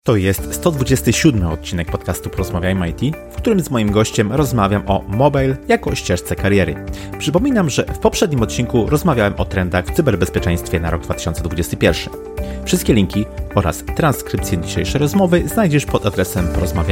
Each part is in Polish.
To jest 127 odcinek podcastu Porozmawiajmy IT, w którym z moim gościem rozmawiam o mobile jako ścieżce kariery. Przypominam, że w poprzednim odcinku rozmawiałem o trendach w cyberbezpieczeństwie na rok 2021. Wszystkie linki oraz transkrypcję dzisiejszej rozmowy znajdziesz pod adresem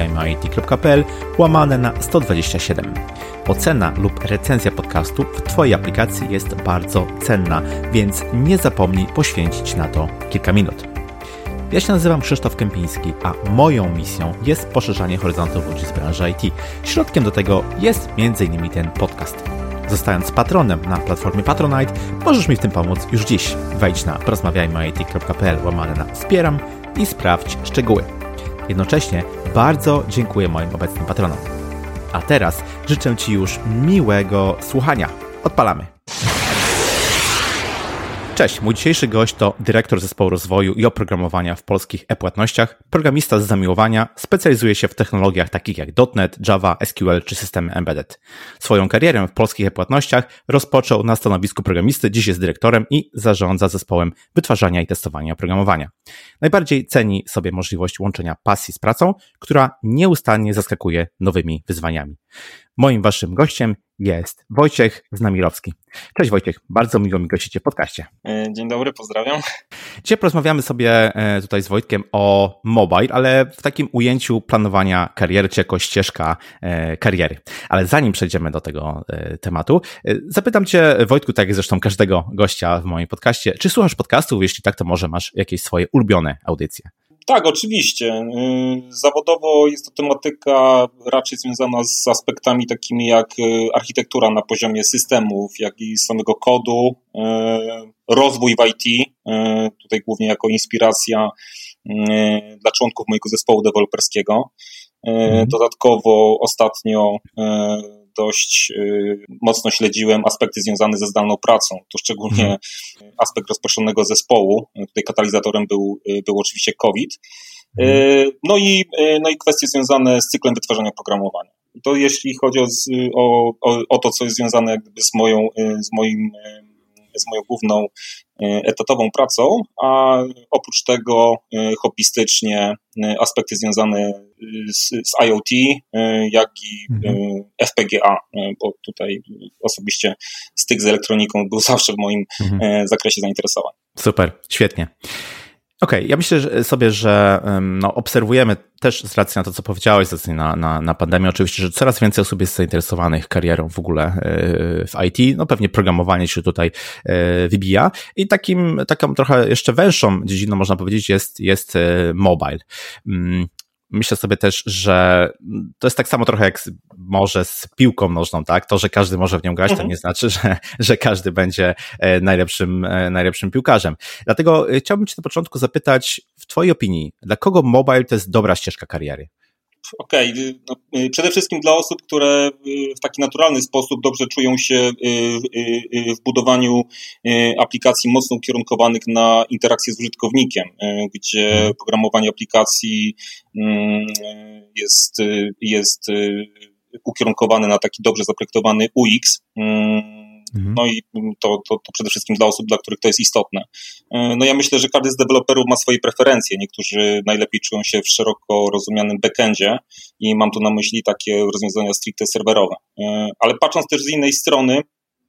porozmawiajmyit.pl/127. Ocena lub recenzja podcastu w Twojej aplikacji jest bardzo cenna, więc nie zapomnij poświęcić na to kilka minut. Ja się nazywam Krzysztof Kępiński, a moją misją jest poszerzanie horyzontów ludzi z branży IT. Środkiem do tego jest m.in. ten podcast. Zostając patronem na platformie Patronite, możesz mi w tym pomóc już dziś. Wejdź na porozmawiajmyit.pl/wspieram i sprawdź szczegóły. Jednocześnie bardzo dziękuję moim obecnym patronom. A teraz życzę Ci już miłego słuchania. Odpalamy! Cześć, mój dzisiejszy gość to dyrektor zespołu rozwoju i oprogramowania w polskich e-płatnościach, programista z zamiłowania, specjalizuje się w technologiach takich jak .NET, Java, SQL czy systemy embedded. Swoją karierę w polskich e-płatnościach rozpoczął na stanowisku programisty, dziś jest dyrektorem i zarządza zespołem wytwarzania i testowania oprogramowania. Najbardziej ceni sobie możliwość łączenia pasji z pracą, która nieustannie zaskakuje nowymi wyzwaniami. Moim waszym gościem jest Wojciech Znamirowski. Cześć Wojciech, bardzo miło mi gościć Cię w podcaście. Dzień dobry, pozdrawiam. Dzisiaj porozmawiamy sobie tutaj z Wojtkiem o mobile, ale w takim ujęciu planowania kariery, czy jako ścieżka kariery. Ale zanim przejdziemy do tego tematu, zapytam Cię, Wojtku, tak jak zresztą każdego gościa w moim podcaście, czy słuchasz podcastów? Jeśli tak, to może masz jakieś swoje ulubione audycje? Tak, oczywiście. Zawodowo jest to tematyka raczej związana z aspektami takimi jak architektura na poziomie systemów, jak i samego kodu, rozwój w IT, tutaj głównie jako inspiracja dla członków mojego zespołu deweloperskiego. Dodatkowo ostatnio dość mocno śledziłem aspekty związane ze zdalną pracą. To szczególnie aspekt rozproszonego zespołu. Tutaj katalizatorem był oczywiście COVID. No i kwestie związane z cyklem wytwarzania oprogramowania. To jeśli chodzi o to, co jest związane jakby z moją główną etatową pracą, a oprócz tego hobbystycznie aspekty związane z IoT, jak i FPGA, bo tutaj osobiście styk z elektroniką był zawsze w moim zakresie zainteresowań. Super, świetnie. Okej, ja myślę że obserwujemy też z racji na to, co powiedziałeś, z racji na pandemię oczywiście, że coraz więcej osób jest zainteresowanych karierą w ogóle w IT, no pewnie programowanie się tutaj wybija i taką trochę jeszcze węższą dziedziną, można powiedzieć, jest mobile. Myślę sobie też, że to jest tak samo trochę jak może z piłką nożną, tak? To, że każdy może w nią grać, to nie znaczy, że każdy będzie najlepszym piłkarzem. Dlatego chciałbym Cię na początku zapytać, w Twojej opinii, dla kogo mobile to jest dobra ścieżka kariery? Okej, przede wszystkim dla osób, które w taki naturalny sposób dobrze czują się w budowaniu aplikacji mocno ukierunkowanych na interakcję z użytkownikiem, gdzie programowanie aplikacji jest ukierunkowane na taki dobrze zaprojektowany UX. No i to przede wszystkim dla osób, dla których to jest istotne. No ja myślę, że każdy z deweloperów ma swoje preferencje. Niektórzy najlepiej czują się w szeroko rozumianym backendzie i mam tu na myśli takie rozwiązania stricte serwerowe. Ale patrząc też z innej strony,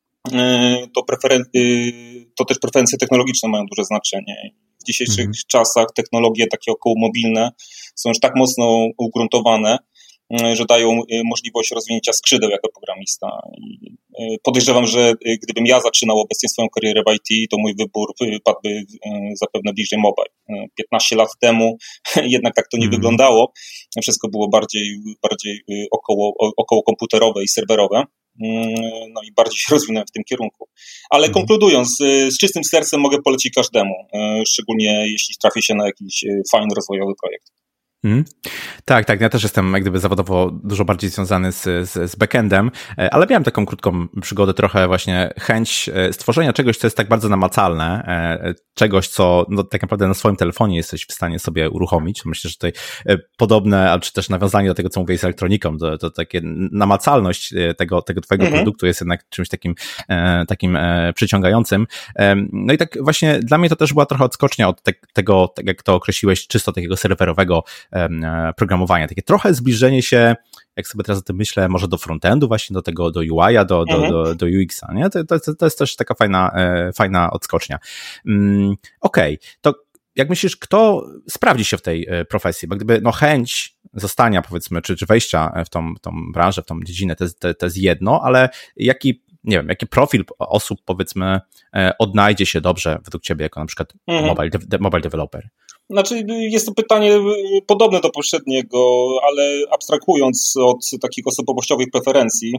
to też preferencje technologiczne mają duże znaczenie. W dzisiejszych czasach technologie takie okołomobilne są już tak mocno ugruntowane, że dają możliwość rozwinięcia skrzydeł jako programista. Podejrzewam, że gdybym ja zaczynał obecnie swoją karierę w IT, to mój wybór padłby zapewne bliżej mobile. 15 lat temu jednak tak to nie wyglądało. Wszystko było bardziej około komputerowe i serwerowe. No i bardziej się rozwinąłem w tym kierunku. Ale konkludując, z czystym sercem mogę polecić każdemu, szczególnie jeśli trafi się na jakiś fajny, rozwojowy projekt. Tak, ja też jestem jak gdyby zawodowo dużo bardziej związany z backendem, ale miałem taką krótką przygodę, trochę właśnie chęć stworzenia czegoś, co jest tak bardzo namacalne, czegoś, co no, tak naprawdę na swoim telefonie jesteś w stanie sobie uruchomić. Myślę, że tutaj podobne, czy też nawiązanie do tego, co mówię z elektroniką, to takie namacalność tego twojego produktu jest jednak czymś takim przyciągającym. No i tak właśnie dla mnie to też była trochę odskocznia od tego, tak jak to określiłeś, czysto takiego serwerowego programowania. Takie trochę zbliżenie się, jak sobie teraz o tym myślę, może do frontendu właśnie, do tego, do UI-a, do UX-a, nie? To jest też taka fajna odskocznia. Okej, to jak myślisz, kto sprawdzi się w tej profesji? Bo gdyby chęć zostania, powiedzmy, czy wejścia w tą branżę, w tą dziedzinę, to jest jedno, ale jaki profil osób, powiedzmy, odnajdzie się dobrze według ciebie jako na przykład mobile developer? Znaczy, jest to pytanie podobne do poprzedniego, ale abstrahując od takich osobowościowych preferencji,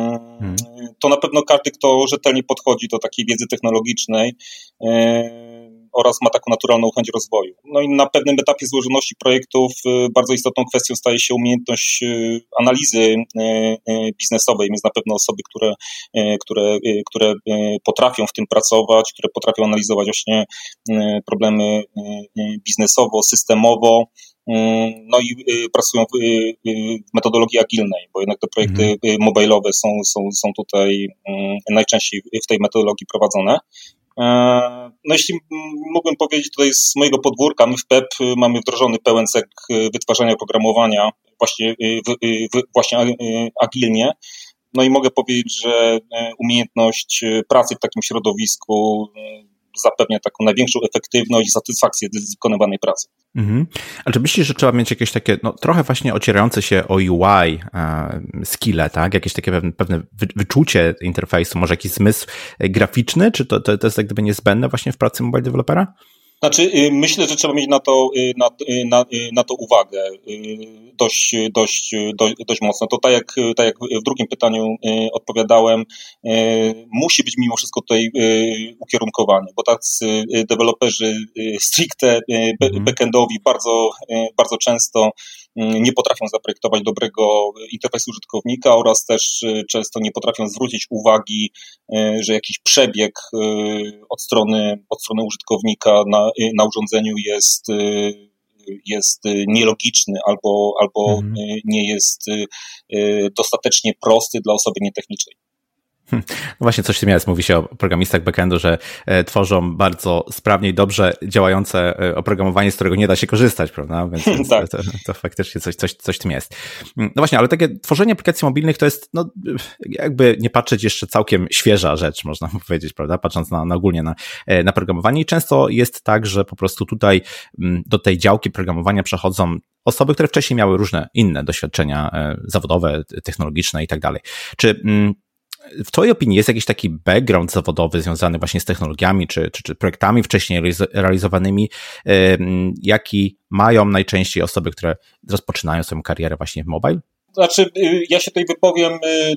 to na pewno każdy, kto rzetelnie podchodzi do takiej wiedzy technologicznej oraz ma taką naturalną chęć rozwoju. No i na pewnym etapie złożoności projektów bardzo istotną kwestią staje się umiejętność analizy biznesowej, więc na pewno osoby, które potrafią w tym pracować, które potrafią analizować właśnie problemy biznesowo, systemowo, no i pracują w metodologii agilnej, bo jednak te projekty mobilowe są tutaj najczęściej w tej metodologii prowadzone. No jeśli mógłbym powiedzieć tutaj z mojego podwórka, my w PEP mamy wdrożony pełen cykl wytwarzania oprogramowania właśnie agilnie. No i mogę powiedzieć, że umiejętność pracy w takim środowisku zapewnia taką największą efektywność i satysfakcję z wykonywanej pracy. Ale czy myślisz, że trzeba mieć jakieś takie, trochę właśnie ocierające się o UI skille, tak? Jakieś takie pewne wyczucie interfejsu, może jakiś zmysł graficzny, czy to jest jak gdyby niezbędne właśnie w pracy mobile dewelopera? Znaczy, myślę, że trzeba mieć na to uwagę dość mocno. To tak jak w drugim pytaniu odpowiadałem, musi być mimo wszystko tutaj ukierunkowanie, bo tacy deweloperzy stricte backendowi bardzo często nie potrafią zaprojektować dobrego interfejsu użytkownika oraz też często nie potrafią zwrócić uwagi, że jakiś przebieg od strony użytkownika na urządzeniu jest nielogiczny albo nie jest dostatecznie prosty dla osoby nietechnicznej. No właśnie, coś w tym jest. Mówi się o programistach backendu, że tworzą bardzo sprawnie i dobrze działające oprogramowanie, z którego nie da się korzystać, prawda? Więc tak. to faktycznie coś w tym jest. No właśnie, ale takie tworzenie aplikacji mobilnych to jest, jakby nie patrzeć, jeszcze całkiem świeża rzecz, można powiedzieć, prawda? Patrząc ogólnie na programowanie. I często jest tak, że po prostu tutaj do tej działki programowania przechodzą osoby, które wcześniej miały różne inne doświadczenia zawodowe, technologiczne i tak dalej. Czy w twojej opinii jest jakiś taki background zawodowy związany właśnie z technologiami czy projektami wcześniej realizowanymi, jaki mają najczęściej osoby, które rozpoczynają swoją karierę właśnie w mobile? Znaczy, ja się tutaj wypowiem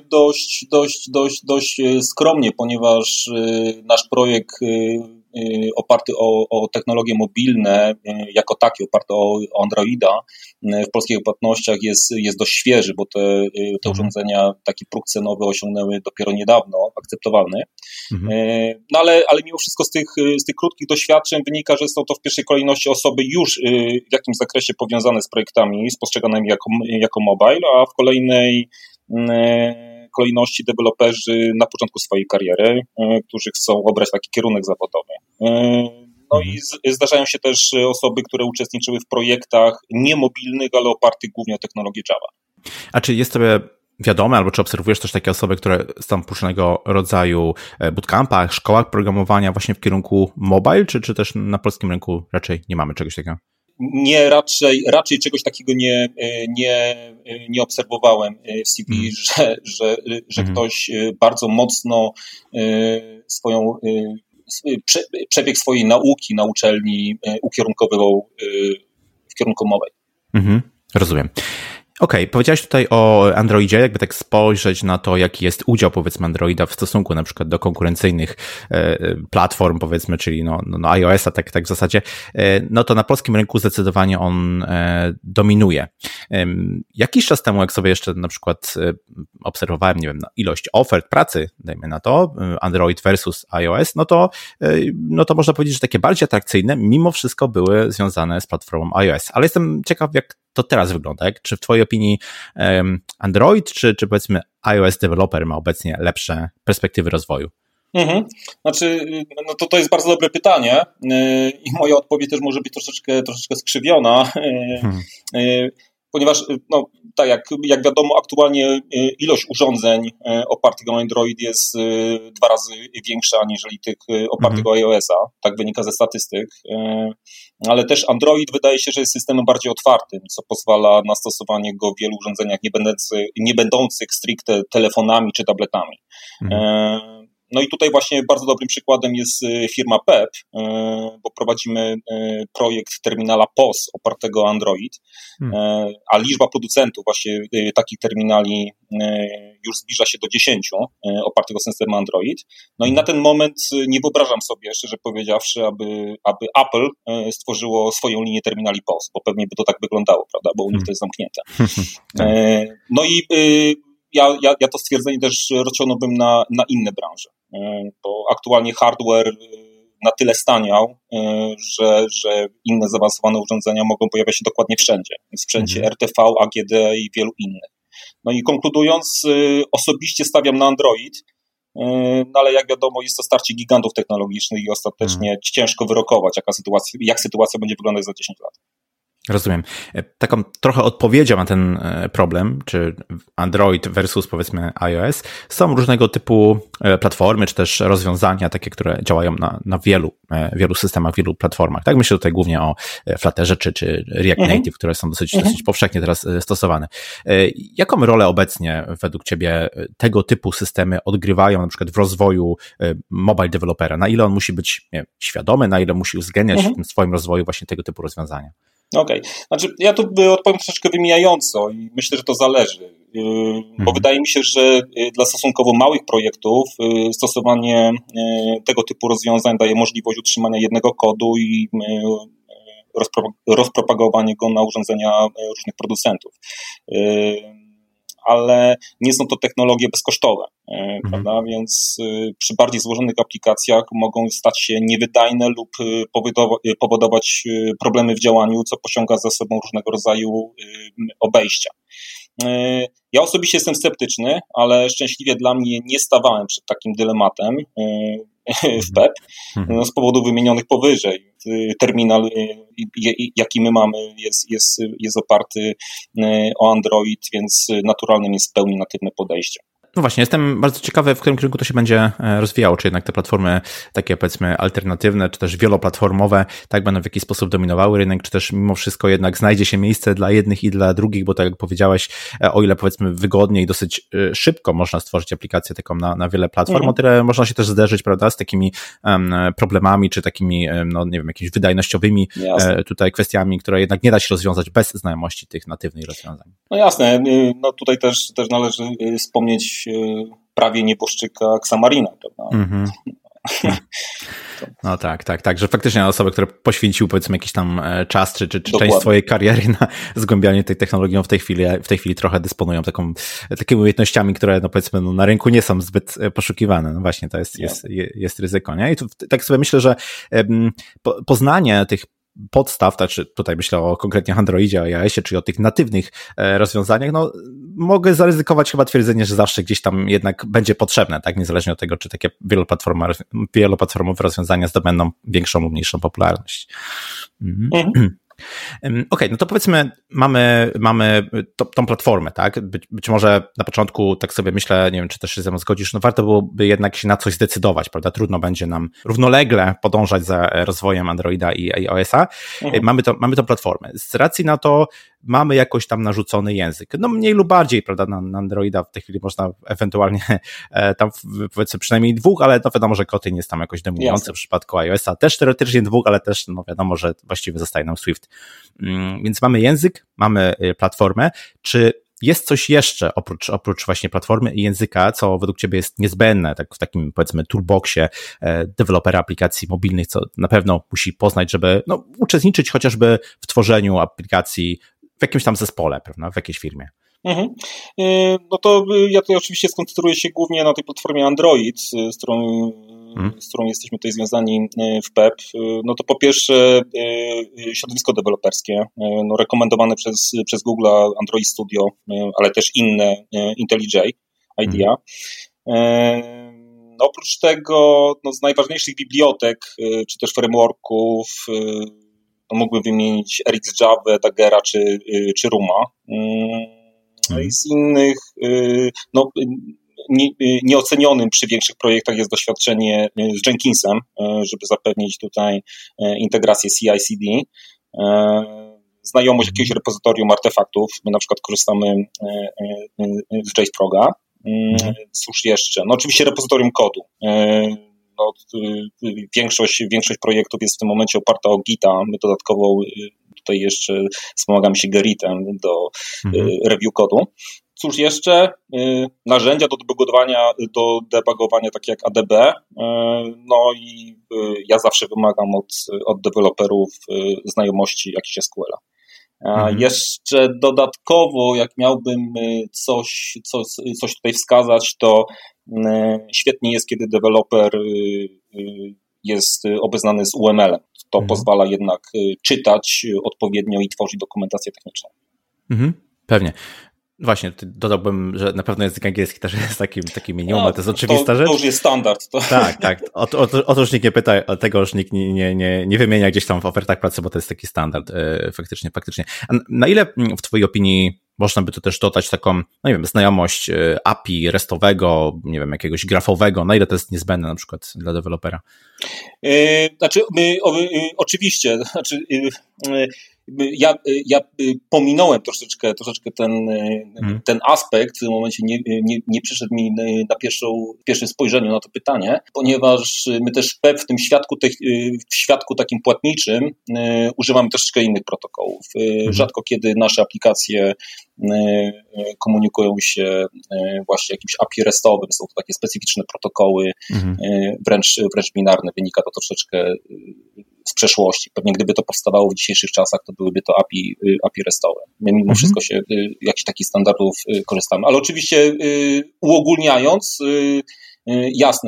dość skromnie, ponieważ nasz projekt oparty o technologie mobilne, jako takie oparte o Androida, w polskich płatnościach jest dość świeży, bo te urządzenia taki próg cenowy osiągnęły dopiero niedawno, akceptowalny. No ale mimo wszystko z tych krótkich doświadczeń wynika, że są to w pierwszej kolejności osoby już w jakimś zakresie powiązane z projektami, postrzeganymi jako mobile, a w kolejnej kolejności deweloperzy na początku swojej kariery, którzy chcą obrać taki kierunek zawodowy. No i zdarzają się też osoby, które uczestniczyły w projektach niemobilnych, ale opartych głównie o technologię Java. A czy jest tobie wiadome, albo czy obserwujesz też takie osoby, które są w różnego rodzaju bootcampach, szkołach programowania właśnie w kierunku mobile, czy też na polskim rynku raczej nie mamy czegoś takiego? Nie, raczej czegoś takiego nie obserwowałem w CV, że ktoś bardzo mocno przebieg swojej nauki na uczelni ukierunkowywał w kierunku mobile. Rozumiem. Okej, powiedziałeś tutaj o Androidzie, jakby tak spojrzeć na to, jaki jest udział, powiedzmy, Androida w stosunku na przykład do konkurencyjnych platform, powiedzmy, czyli iOS-a, tak w zasadzie, no to na polskim rynku zdecydowanie on dominuje. Jakiś czas temu, jak sobie jeszcze na przykład obserwowałem, nie wiem, ilość ofert pracy, dajmy na to, Android versus iOS, no to można powiedzieć, że takie bardziej atrakcyjne mimo wszystko były związane z platformą iOS. Ale jestem ciekaw, jak to teraz wygląda. Czy w twojej opinii Android, czy powiedzmy iOS developer ma obecnie lepsze perspektywy rozwoju? Znaczy, no to jest bardzo dobre pytanie i moja odpowiedź też może być troszeczkę skrzywiona, ponieważ no, tak jak wiadomo, aktualnie ilość urządzeń opartych o Android jest 2 razy większa aniżeli tych opartych o iOS-a, tak wynika ze statystyk, ale też Android wydaje się, że jest systemem bardziej otwartym, co pozwala na stosowanie go w wielu urządzeniach nie będących stricte telefonami czy tabletami. No i tutaj właśnie bardzo dobrym przykładem jest firma PEP, bo prowadzimy projekt terminala POS opartego o Android, a liczba producentów właśnie takich terminali już zbliża się do 10 opartych o system Android. No i na ten moment nie wyobrażam sobie, szczerze powiedziawszy, aby Apple stworzyło swoją linię terminali POS, bo pewnie by to tak wyglądało, prawda, bo u nich to jest zamknięte. No i ja to stwierdzenie też rozciągnąłbym na inne branże, bo aktualnie hardware na tyle staniał, że inne zaawansowane urządzenia mogą pojawiać się dokładnie wszędzie. W sprzęcie RTV, AGD i wielu innych. No i konkludując, osobiście stawiam na Android, no ale jak wiadomo, jest to starcie gigantów technologicznych i ostatecznie ciężko wyrokować, jak sytuacja będzie wyglądać za 10 lat. Rozumiem. Taką trochę odpowiedzią na ten problem, czy Android versus powiedzmy iOS, są różnego typu platformy, czy też rozwiązania takie, które działają na wielu systemach, wielu platformach. Tak, myślę tutaj głównie o Flutterze czy React Native, które są dosyć powszechnie teraz stosowane. Jaką rolę obecnie według ciebie tego typu systemy odgrywają na przykład w rozwoju mobile dewelopera? Na ile on musi być świadomy, na ile musi uwzględniać w swoim rozwoju właśnie tego typu rozwiązania? Okej. Znaczy ja tu odpowiem troszeczkę wymijająco i myślę, że to zależy, bo wydaje mi się, że dla stosunkowo małych projektów stosowanie tego typu rozwiązań daje możliwość utrzymania jednego kodu i rozpropagowanie go na urządzenia różnych producentów. Ale nie są to technologie bezkosztowe, prawda? Więc przy bardziej złożonych aplikacjach mogą stać się niewydajne lub powodować problemy w działaniu, co pociąga za sobą różnego rodzaju obejścia. Ja osobiście jestem sceptyczny, ale szczęśliwie dla mnie nie stawałem przed takim dylematem w PEP z powodów wymienionych powyżej. Terminal, jaki my mamy, jest oparty o Android, więc naturalnym jest w pełni natywne podejście. No właśnie, jestem bardzo ciekawy, w którym kierunku to się będzie rozwijało, czy jednak te platformy takie powiedzmy alternatywne, czy też wieloplatformowe, tak będą w jakiś sposób dominowały rynek, czy też mimo wszystko jednak znajdzie się miejsce dla jednych i dla drugich, bo tak jak powiedziałeś, o ile powiedzmy wygodnie i dosyć szybko można stworzyć aplikację taką na wiele platform, o tyle można się też zderzyć, prawda, z takimi problemami, czy takimi, no nie wiem, jakimiś wydajnościowymi tutaj kwestiami, które jednak nie da się rozwiązać bez znajomości tych natywnych rozwiązań. No jasne, no tutaj też należy wspomnieć prawie nieboszczyka Xamarina, prawda? No tak, że faktycznie osoby, które poświęciły powiedzmy jakiś tam czas czy część swojej kariery na zgłębianie tej technologii, w tej chwili trochę dysponują takimi umiejętnościami, które no powiedzmy na rynku nie są zbyt poszukiwane. No właśnie, to jest ryzyko, nie? I tu, tak sobie myślę, że poznanie tych podstaw, znaczy tutaj myślę o konkretnie Androidzie, o iOSie, czyli o tych natywnych rozwiązaniach, no mogę zaryzykować chyba twierdzenie, że zawsze gdzieś tam jednak będzie potrzebne, tak, niezależnie od tego, czy takie wieloplatformowe rozwiązania zdobędą większą lub mniejszą popularność. Okej, no to powiedzmy mamy tą platformę, tak? Być może na początku tak sobie myślę, nie wiem, czy też się ze mną zgodzisz, no warto byłoby jednak się na coś zdecydować, prawda? Trudno będzie nam równolegle podążać za rozwojem Androida i iOS-a. Mamy tą platformę. Z racji na to, mamy jakoś tam narzucony język. No mniej lub bardziej, prawda, na Androida w tej chwili można ewentualnie tam powiedzmy przynajmniej 2, ale no wiadomo, że Kotlin jest tam jakoś dominujący. W przypadku iOS-a też teoretycznie 2, ale też no wiadomo, że właściwie zostaje nam Swift. Więc mamy język, mamy platformę. Czy jest coś jeszcze oprócz właśnie platformy i języka, co według ciebie jest niezbędne, tak w takim powiedzmy toolboxie dewelopera aplikacji mobilnych, co na pewno musi poznać, żeby no, uczestniczyć chociażby w tworzeniu aplikacji w jakimś tam zespole, prawda, w jakiejś firmie? No to ja tutaj oczywiście skoncentruję się głównie na tej platformie Android, z którą jesteśmy tutaj związani w PEP. No to po pierwsze środowisko deweloperskie, no rekomendowane przez Google Android Studio, ale też inne IntelliJ, IDEA. No oprócz tego no z najważniejszych bibliotek czy też frameworków no mógłbym wymienić RxJava, Daggera czy Ruma. I z innych no nieocenionym przy większych projektach jest doświadczenie z Jenkinsem, żeby zapewnić tutaj integrację CI/CD, znajomość jakiegoś repozytorium artefaktów. My na przykład korzystamy z JFroga. Cóż jeszcze? No oczywiście repozytorium kodu. No, większość projektów jest w tym momencie oparta o Gita. My dodatkowo tutaj jeszcze wspomagamy się Geritem do review kodu. Cóż jeszcze? Narzędzia do debugowania takie jak ADB. No i ja zawsze wymagam od deweloperów znajomości jakichś SQL-a. Jeszcze dodatkowo, jak miałbym coś tutaj wskazać, to świetnie jest, kiedy deweloper jest obeznany z UML-em. To pozwala jednak czytać odpowiednio i tworzyć dokumentację techniczną. Pewnie. Właśnie, dodałbym, że na pewno język angielski też jest takim minimum, ale to jest oczywista rzecz. To już jest standard. Tak. O to już nikt nie pyta, o tego już nikt nie wymienia gdzieś tam w ofertach pracy, bo to jest taki standard faktycznie. A na ile w twojej opinii można by tu też dodać taką, no nie wiem, znajomość API RESTowego, nie wiem, jakiegoś grafowego, na ile to jest niezbędne na przykład dla dewelopera? Oczywiście, ja pominąłem troszeczkę ten aspekt, w tym momencie nie przyszedł mi na pierwsze spojrzenie na to pytanie, ponieważ my też w PEP w świadku takim płatniczym używamy troszeczkę innych protokołów. Rzadko kiedy nasze aplikacje komunikują się właśnie jakimś API RESTowym, są to takie specyficzne protokoły, wręcz binarne, wynika to troszeczkę z przeszłości. Pewnie gdyby to powstawało w dzisiejszych czasach, to byłyby to API RESTowe. My mimo wszystko się jakichś takich standardów korzystamy. Ale oczywiście uogólniając, jasne,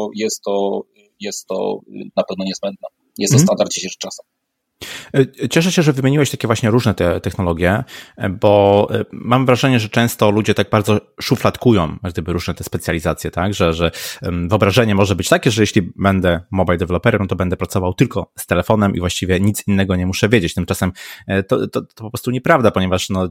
jest to na pewno niezbędne. Jest to standard w dzisiejszych czasach. Cieszę się, że wymieniłeś takie właśnie różne te technologie, bo mam wrażenie, że często ludzie tak bardzo szufladkują jak gdyby różne te specjalizacje, tak, że wyobrażenie może być takie, że jeśli będę mobile developerem, no to będę pracował tylko z telefonem i właściwie nic innego nie muszę wiedzieć. Tymczasem to po prostu nieprawda, ponieważ no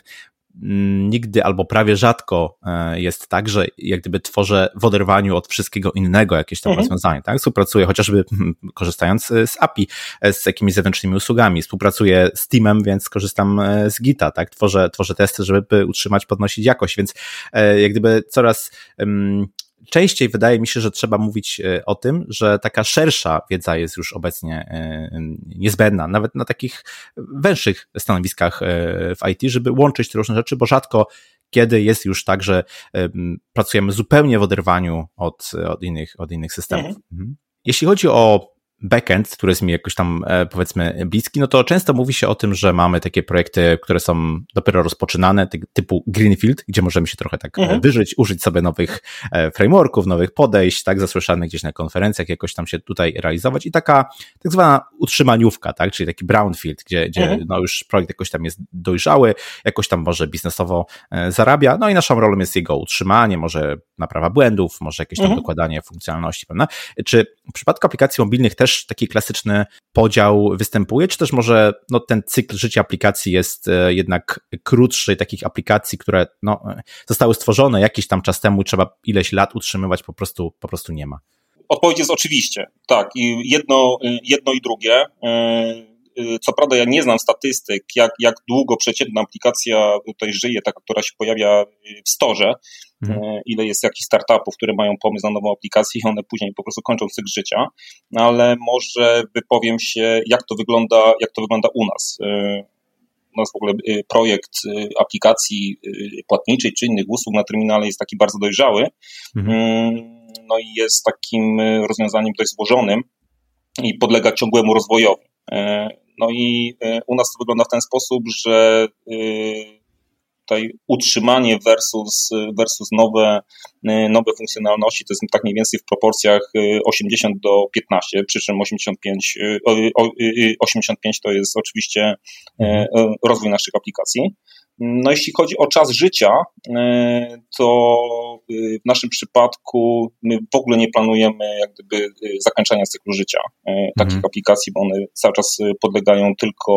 nigdy albo prawie rzadko jest tak, że jak gdyby tworzę w oderwaniu od wszystkiego innego jakieś tam rozwiązanie, tak? Współpracuję chociażby korzystając z API, z jakimiś zewnętrznymi usługami, współpracuję z Teamem, więc korzystam z Gita, tak? Tworzę testy, żeby utrzymać, podnosić jakość, więc jak gdyby coraz częściej wydaje mi się, że trzeba mówić o tym, że taka szersza wiedza jest już obecnie niezbędna, nawet na takich węższych stanowiskach w IT, żeby łączyć te różne rzeczy, bo rzadko kiedy jest już tak, że pracujemy zupełnie w oderwaniu od innych systemów. Jeśli chodzi o backend, który jest mi jakoś tam powiedzmy bliski, no to często mówi się o tym, że mamy takie projekty, które są dopiero rozpoczynane, typu Greenfield, gdzie możemy się trochę tak wyżyć, użyć sobie nowych frameworków, nowych podejść, tak, zasłyszanych gdzieś na konferencjach, jakoś tam się tutaj realizować i taka tak zwana utrzymaniówka, tak, czyli taki brownfield, gdzie no już projekt jakoś tam jest dojrzały, jakoś tam może biznesowo zarabia, no i naszą rolą jest jego utrzymanie, może naprawa błędów, może jakieś tam dokładanie funkcjonalności, prawda? Czy w przypadku aplikacji mobilnych też taki klasyczny podział występuje, czy też może no, ten cykl życia aplikacji jest jednak krótszy, takich aplikacji, które no, zostały stworzone jakiś tam czas temu i trzeba ileś lat utrzymywać, po prostu nie ma? Odpowiedź jest oczywiście, tak. I jedno i drugie. co prawda ja nie znam statystyk, jak długo przeciętna aplikacja tutaj żyje, taka, która się pojawia w storze, ile jest jakichś startupów, które mają pomysł na nową aplikację i one później po prostu kończą cykl życia, ale może wypowiem się, jak to wygląda u nas. U nas w ogóle projekt aplikacji płatniczej czy innych usług na terminale jest taki bardzo dojrzały, no i jest takim rozwiązaniem dość złożonym i podlega ciągłemu rozwojowi. No i u nas to wygląda w ten sposób, że tutaj utrzymanie versus nowe funkcjonalności to jest tak mniej więcej w proporcjach 80:15, przy czym 85 to jest oczywiście rozwój naszych aplikacji. No jeśli chodzi o czas życia, to w naszym przypadku my w ogóle nie planujemy jak gdyby zakończenia cyklu życia takich aplikacji, bo one cały czas podlegają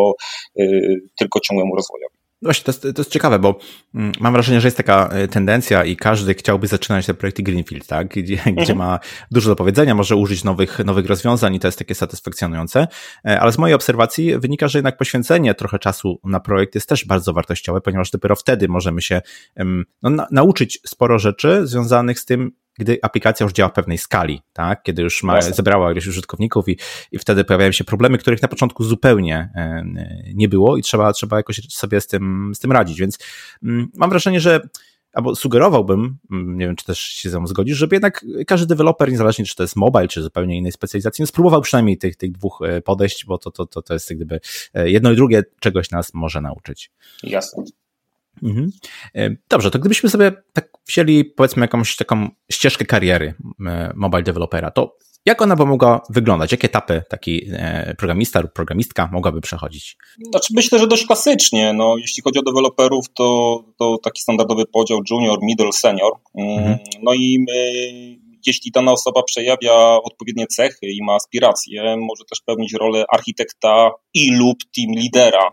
tylko ciągłemu rozwojowi. Właśnie, to jest ciekawe, bo mam wrażenie, że jest taka tendencja i każdy chciałby zaczynać te projekty Greenfield, tak? Gdzie ma dużo do powiedzenia, może użyć nowych rozwiązań i to jest takie satysfakcjonujące, ale z mojej obserwacji wynika, że jednak poświęcenie trochę czasu na projekt jest też bardzo wartościowe, ponieważ dopiero wtedy możemy się nauczyć sporo rzeczy związanych z tym, gdy aplikacja już działa w pewnej skali, tak? Kiedy już zebrała ilość użytkowników i wtedy pojawiają się problemy, których na początku zupełnie nie było i trzeba jakoś sobie z tym radzić, więc mam wrażenie, że albo sugerowałbym, nie wiem, czy też się ze mną zgodzisz, żeby jednak każdy deweloper, niezależnie czy to jest mobile, czy zupełnie innej specjalizacji, spróbował przynajmniej tych dwóch podejść, bo to jest jak gdyby jedno i drugie czegoś nas może nauczyć. Jasne. Dobrze, to gdybyśmy sobie tak wzięli, powiedzmy, jakąś taką ścieżkę kariery mobile dewelopera, to jak ona by mogła wyglądać? Jakie etapy taki programista lub programistka mogłaby przechodzić? Znaczy myślę, że dość klasycznie. No, jeśli chodzi o deweloperów, to taki standardowy podział junior, middle, senior. No i jeśli dana osoba przejawia odpowiednie cechy i ma aspiracje, może też pełnić rolę architekta i lub team lidera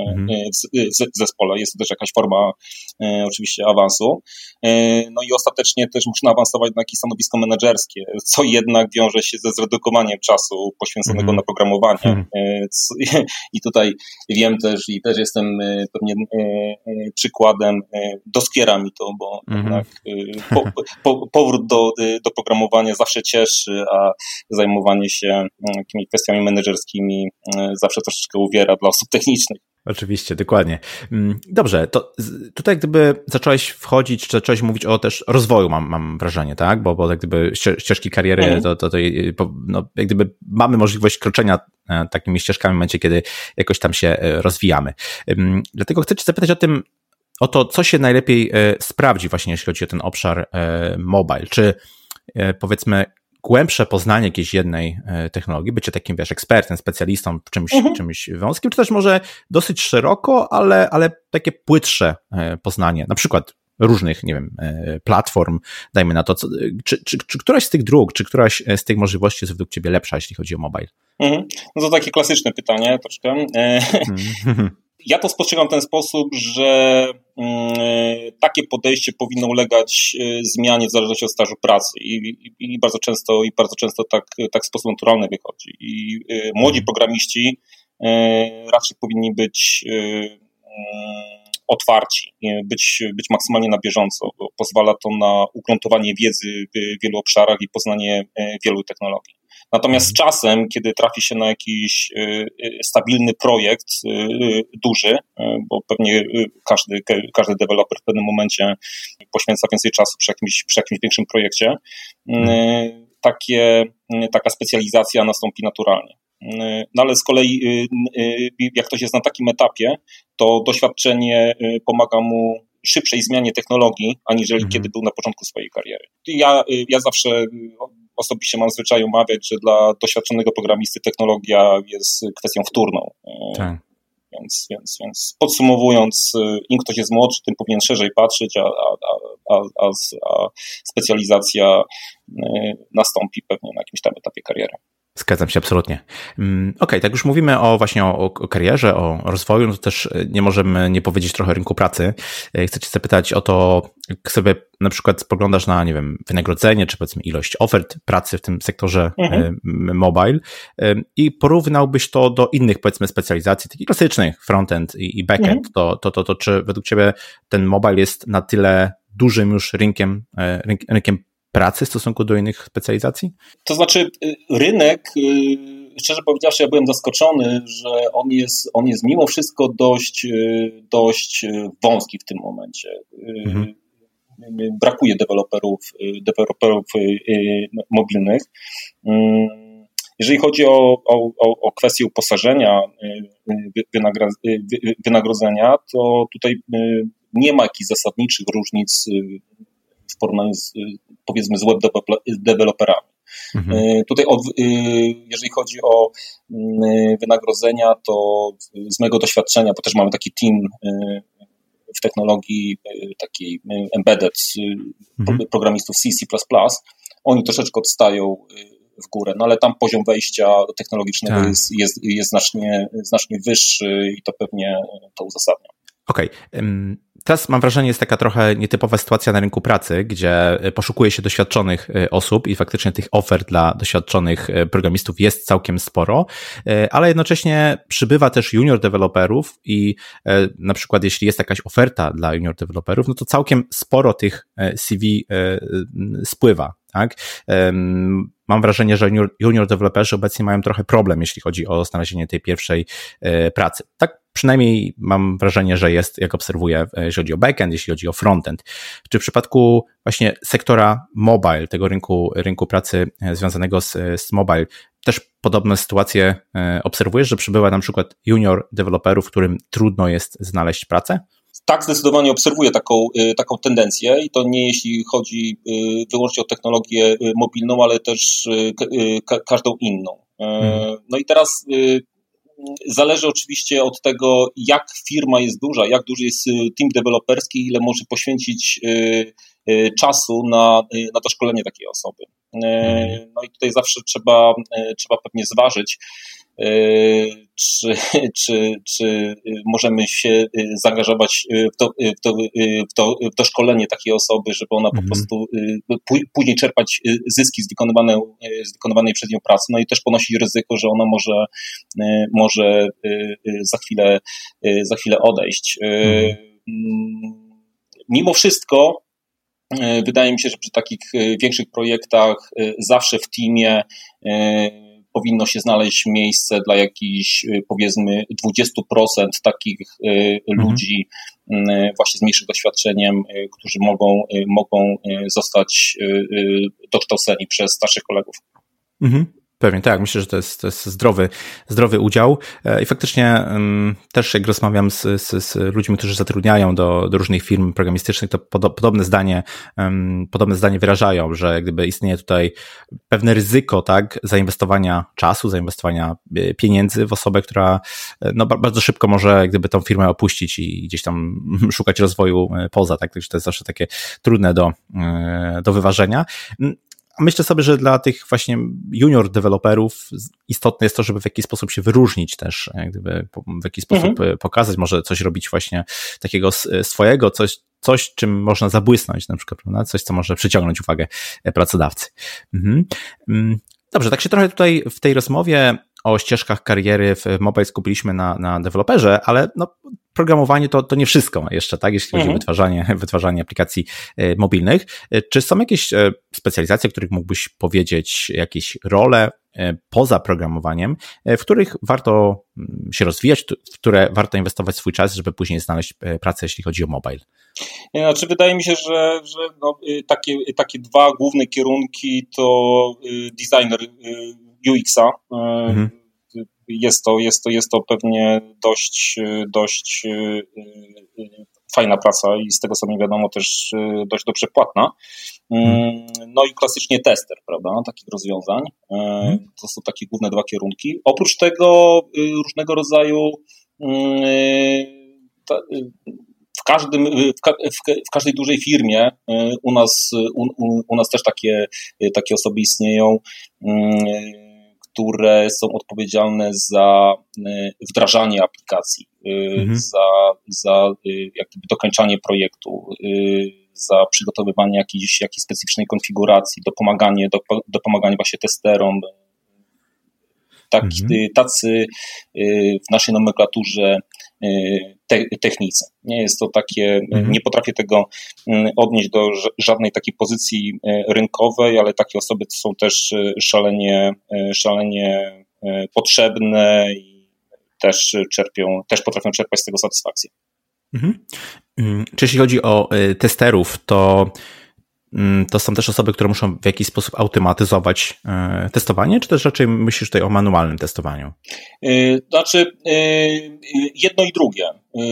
w zespole. Jest to też jakaś forma oczywiście awansu. No i ostatecznie też można awansować na jakieś stanowisko menedżerskie, co jednak wiąże się ze zredukowaniem czasu poświęconego na programowanie. I tutaj wiem też i też jestem pewnie przykładem, doskwiera mi to, bo jednak powrót do programowania zawsze cieszy, a zajmowanie się jakimiś kwestiami menedżerskimi zawsze troszeczkę uwiera dla osób technicznych. Oczywiście, dokładnie. Dobrze, to tutaj gdyby zacząłeś wchodzić, czy zacząłeś mówić o też rozwoju, mam wrażenie, tak? Bo jak gdyby ścieżki kariery, to jak gdyby mamy możliwość kroczenia takimi ścieżkami w momencie, kiedy jakoś tam się rozwijamy. Dlatego chcę cię zapytać o to, co się najlepiej sprawdzi właśnie, jeśli chodzi o ten obszar mobile. Czy powiedzmy głębsze poznanie jakiejś jednej technologii, bycie takim, ekspertem, specjalistą w czymś wąskim, czy też może dosyć szeroko, ale takie płytsze poznanie, na przykład różnych, nie wiem, platform, dajmy na to, czy któraś z tych dróg, czy któraś z tych możliwości jest według ciebie lepsza, jeśli chodzi o mobile? No to takie klasyczne pytanie troszkę. Ja to spostrzegam w ten sposób, że takie podejście powinno ulegać zmianie w zależności od stażu pracy i bardzo często tak w sposób naturalny wychodzi. I młodzi programiści raczej powinni być otwarci, być maksymalnie na bieżąco, bo pozwala to na ugruntowanie wiedzy w wielu obszarach i poznanie wielu technologii. Natomiast z czasem, kiedy trafi się na jakiś stabilny projekt, duży, bo pewnie każdy deweloper w pewnym momencie poświęca więcej czasu przy jakimś większym projekcie, taka specjalizacja nastąpi naturalnie. No ale z kolei jak ktoś jest na takim etapie, to doświadczenie pomaga mu szybszej zmianie technologii, aniżeli kiedy był na początku swojej kariery. Ja zawsze osobiście mam zwyczaj omawiać, że dla doświadczonego programisty technologia jest kwestią wtórną. Tak. Więc podsumowując, im ktoś jest młodszy, tym powinien szerzej patrzeć, a specjalizacja nastąpi pewnie na jakimś tam etapie kariery. Zgadzam się absolutnie. Okej, tak już mówimy o karierze, o rozwoju, no to też nie możemy nie powiedzieć trochę o rynku pracy. Chcę cię zapytać o to, jak sobie na przykład spoglądasz na, nie wiem, wynagrodzenie, czy powiedzmy ilość ofert pracy w tym sektorze mobile i porównałbyś to do innych, powiedzmy, specjalizacji, takich klasycznych, frontend i backend, to czy według ciebie ten mobile jest na tyle dużym już rynkiem pracy w stosunku do innych specjalizacji? To znaczy rynek, szczerze powiedziawszy, ja byłem zaskoczony, że on jest mimo wszystko dość wąski w tym momencie. Brakuje deweloperów mobilnych. Jeżeli chodzi o kwestię uposażenia, wynagrodzenia, to tutaj nie ma jakichś zasadniczych różnic w porównaniu powiedzmy z web deweloperami. Tutaj jeżeli chodzi o wynagrodzenia, to z mojego doświadczenia, bo też mamy taki team w technologii takiej embedded programistów C++, oni troszeczkę odstają w górę, no ale tam poziom wejścia technologicznego jest znacznie wyższy i to pewnie to uzasadnia. Okej. Teraz mam wrażenie, jest taka trochę nietypowa sytuacja na rynku pracy, gdzie poszukuje się doświadczonych osób i faktycznie tych ofert dla doświadczonych programistów jest całkiem sporo, ale jednocześnie przybywa też junior deweloperów i na przykład jeśli jest jakaś oferta dla junior deweloperów, no to całkiem sporo tych CV spływa. Tak? Mam wrażenie, że junior deweloperzy obecnie mają trochę problem, jeśli chodzi o znalezienie tej pierwszej pracy. Tak przynajmniej mam wrażenie, że jest, jak obserwuję, jeśli chodzi o backend, jeśli chodzi o frontend. Czy w przypadku właśnie sektora mobile, tego rynku pracy związanego z mobile, też podobne sytuacje obserwujesz, że przybywa na przykład junior deweloperów, którym trudno jest znaleźć pracę? Tak, zdecydowanie obserwuję taką tendencję i to nie jeśli chodzi wyłącznie o technologię mobilną, ale też każdą inną. No i teraz zależy oczywiście od tego, jak firma jest duża, jak duży jest team deweloperski, ile może poświęcić czasu na to szkolenie takiej osoby. No i tutaj zawsze trzeba pewnie zważyć, czy możemy się zaangażować w to szkolenie takiej osoby, żeby ona po prostu później czerpać zyski z wykonywanej przez nią pracy, no i też ponosić ryzyko, że ona może za chwilę odejść. Mimo wszystko wydaje mi się, że przy takich większych projektach zawsze w teamie powinno się znaleźć miejsce dla jakichś powiedzmy 20% takich ludzi właśnie z mniejszym doświadczeniem, którzy mogą zostać dokształceni przez starszych kolegów. Pewnie tak, myślę, że to jest zdrowy udział i faktycznie też jak rozmawiam z ludźmi, którzy zatrudniają do różnych firm programistycznych, to podobne zdanie wyrażają, że jak gdyby istnieje tutaj pewne ryzyko, tak, zainwestowania czasu, zainwestowania pieniędzy w osobę, która no, bardzo szybko może jak gdyby tą firmę opuścić i gdzieś tam szukać rozwoju poza, tak, także to jest zawsze takie trudne do wyważenia. Myślę sobie, że dla tych właśnie junior deweloperów istotne jest to, żeby w jakiś sposób się wyróżnić też, jak gdyby w jakiś sposób pokazać, może coś robić właśnie takiego swojego, coś czym można zabłysnąć na przykład, prawda? Coś, co może przyciągnąć uwagę pracodawcy. Dobrze, tak się trochę tutaj w tej rozmowie o ścieżkach kariery w mobile skupiliśmy na deweloperze, ale no, programowanie to nie wszystko jeszcze, tak, jeśli chodzi o wytwarzanie aplikacji mobilnych. Czy są jakieś specjalizacje, o których mógłbyś powiedzieć, jakieś role poza programowaniem, w których warto się rozwijać, w które warto inwestować swój czas, żeby później znaleźć pracę, jeśli chodzi o mobile? Znaczy, wydaje mi się, że no, takie dwa główne kierunki to designer UX-a. Jest to pewnie dość fajna praca i z tego co mi wiadomo też dość dobrze płatna. No i klasycznie tester, prawda, takich rozwiązań. To są takie główne dwa kierunki. Oprócz tego różnego rodzaju w każdej dużej firmie u nas też takie osoby istnieją, które są odpowiedzialne za wdrażanie aplikacji, za jak gdyby dokończanie projektu, za przygotowywanie jakiejś specyficznej konfiguracji, dopomaganie właśnie testerom. Tacy w naszej nomenklaturze technicy. Nie jest to takie, nie potrafię tego odnieść do żadnej takiej pozycji rynkowej, ale takie osoby są też szalenie potrzebne i też potrafią czerpać z tego satysfakcję. Czy jeśli chodzi o testerów, to są też osoby, które muszą w jakiś sposób automatyzować testowanie, czy też raczej myślisz tutaj o manualnym testowaniu? Znaczy jedno i drugie.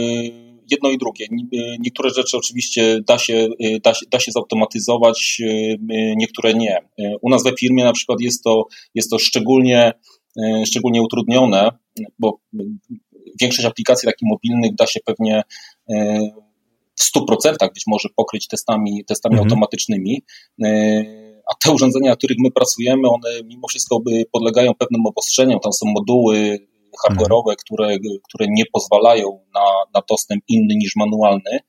Niektóre rzeczy oczywiście da się zautomatyzować, niektóre nie. U nas we firmie na przykład jest to szczególnie utrudnione, bo większość aplikacji takich mobilnych da się pewnie w 100% być może pokryć testami automatycznymi, a te urządzenia, na których my pracujemy, one mimo wszystko podlegają pewnym obostrzeniom. Tam są moduły hardware'owe, które nie pozwalają na dostęp inny niż manualny,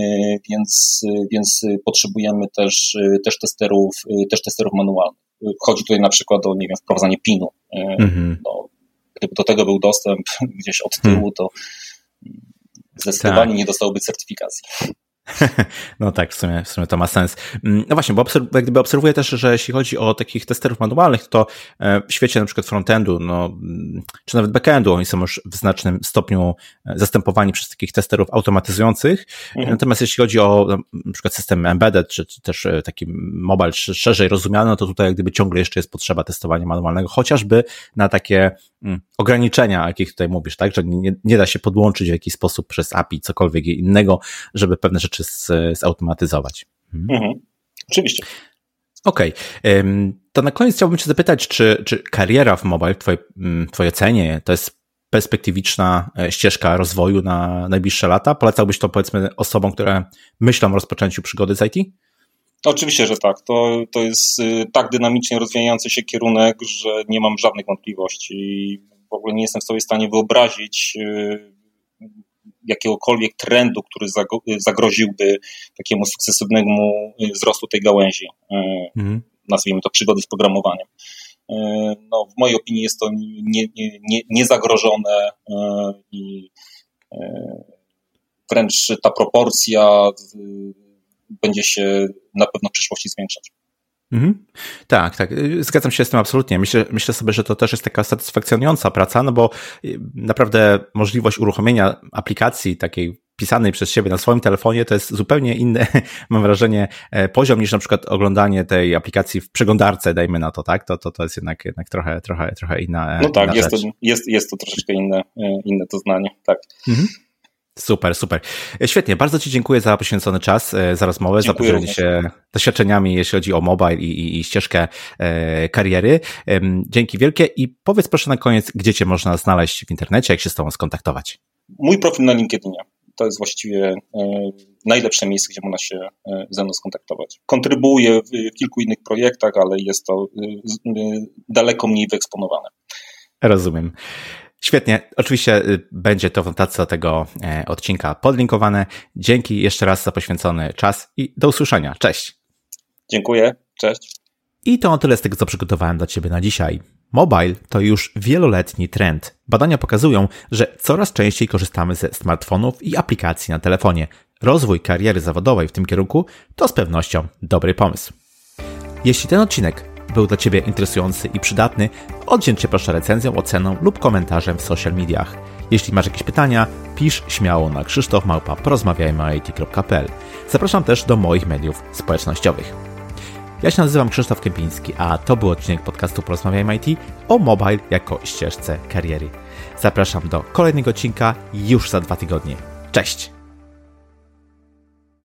więc potrzebujemy też testerów manualnych. Chodzi tutaj na przykład o, nie wiem, wprowadzanie PIN-u. Gdyby do tego był dostęp gdzieś od tyłu, to zdecydowanie nie dostałby certyfikacji. No tak, w sumie to ma sens. No właśnie, bo jak gdyby obserwuję też, że jeśli chodzi o takich testerów manualnych, to w świecie na przykład frontendu, czy nawet backendu, oni są już w znacznym stopniu zastępowani przez takich testerów automatyzujących. Natomiast jeśli chodzi o na przykład system embedded, czy też taki mobile szerzej rozumiany, no to tutaj jak gdyby ciągle jeszcze jest potrzeba testowania manualnego, chociażby na takie ograniczenia, o jakich tutaj mówisz, tak, że nie da się podłączyć w jakiś sposób przez API cokolwiek innego, żeby pewne rzeczy zautomatyzować. Oczywiście. Okej. To na koniec chciałbym cię zapytać, czy kariera w mobile w twojej ocenie to jest perspektywiczna ścieżka rozwoju na najbliższe lata? Polecałbyś to, powiedzmy, osobom, które myślą o rozpoczęciu przygody z IT? Oczywiście, że tak. To jest tak dynamicznie rozwijający się kierunek, że nie mam żadnych wątpliwości i w ogóle nie jestem sobie w stanie wyobrazić jakiegokolwiek trendu, który zagroziłby takiemu sukcesywnemu wzrostu tej gałęzi. Nazwijmy to przygody z programowaniem. W mojej opinii jest to niezagrożone i wręcz ta proporcja będzie się na pewno w przyszłości zwiększać. Tak, zgadzam się z tym absolutnie. Myślę sobie, że to też jest taka satysfakcjonująca praca, no bo naprawdę możliwość uruchomienia aplikacji takiej pisanej przez siebie na swoim telefonie to jest zupełnie inny, mam wrażenie, poziom niż na przykład oglądanie tej aplikacji w przeglądarce, dajmy na to, tak? To jest jednak trochę inna. No tak, inna jest to troszeczkę inne doznanie, tak. Super. Świetnie, bardzo ci dziękuję za poświęcony czas, za rozmowę, za podzielenie się doświadczeniami, jeśli chodzi o mobile i ścieżkę kariery. Dzięki wielkie i powiedz proszę na koniec, gdzie cię można znaleźć w internecie, jak się z tobą skontaktować. Mój profil na LinkedInie to jest właściwie najlepsze miejsce, gdzie można się ze mną skontaktować. Kontrybuuję w kilku innych projektach, ale jest to daleko mniej wyeksponowane. Rozumiem. Świetnie. Oczywiście będzie to w notatce do tego odcinka podlinkowane. Dzięki jeszcze raz za poświęcony czas i do usłyszenia. Cześć. Dziękuję. Cześć. I to tyle z tego, co przygotowałem dla Ciebie na dzisiaj. Mobile to już wieloletni trend. Badania pokazują, że coraz częściej korzystamy ze smartfonów i aplikacji na telefonie. Rozwój kariery zawodowej w tym kierunku to z pewnością dobry pomysł. Jeśli ten odcinek był dla Ciebie interesujący i przydatny, oddzięcz się proszę recenzją, oceną lub komentarzem w social mediach. Jeśli masz jakieś pytania, pisz śmiało na krzysztof@porozmawiajmy.it.pl. Zapraszam też do moich mediów społecznościowych. Ja się nazywam Krzysztof Kępiński, a to był odcinek podcastu Porozmawiajmy IT o mobile jako ścieżce kariery. Zapraszam do kolejnego odcinka już za 2 tygodnie. Cześć!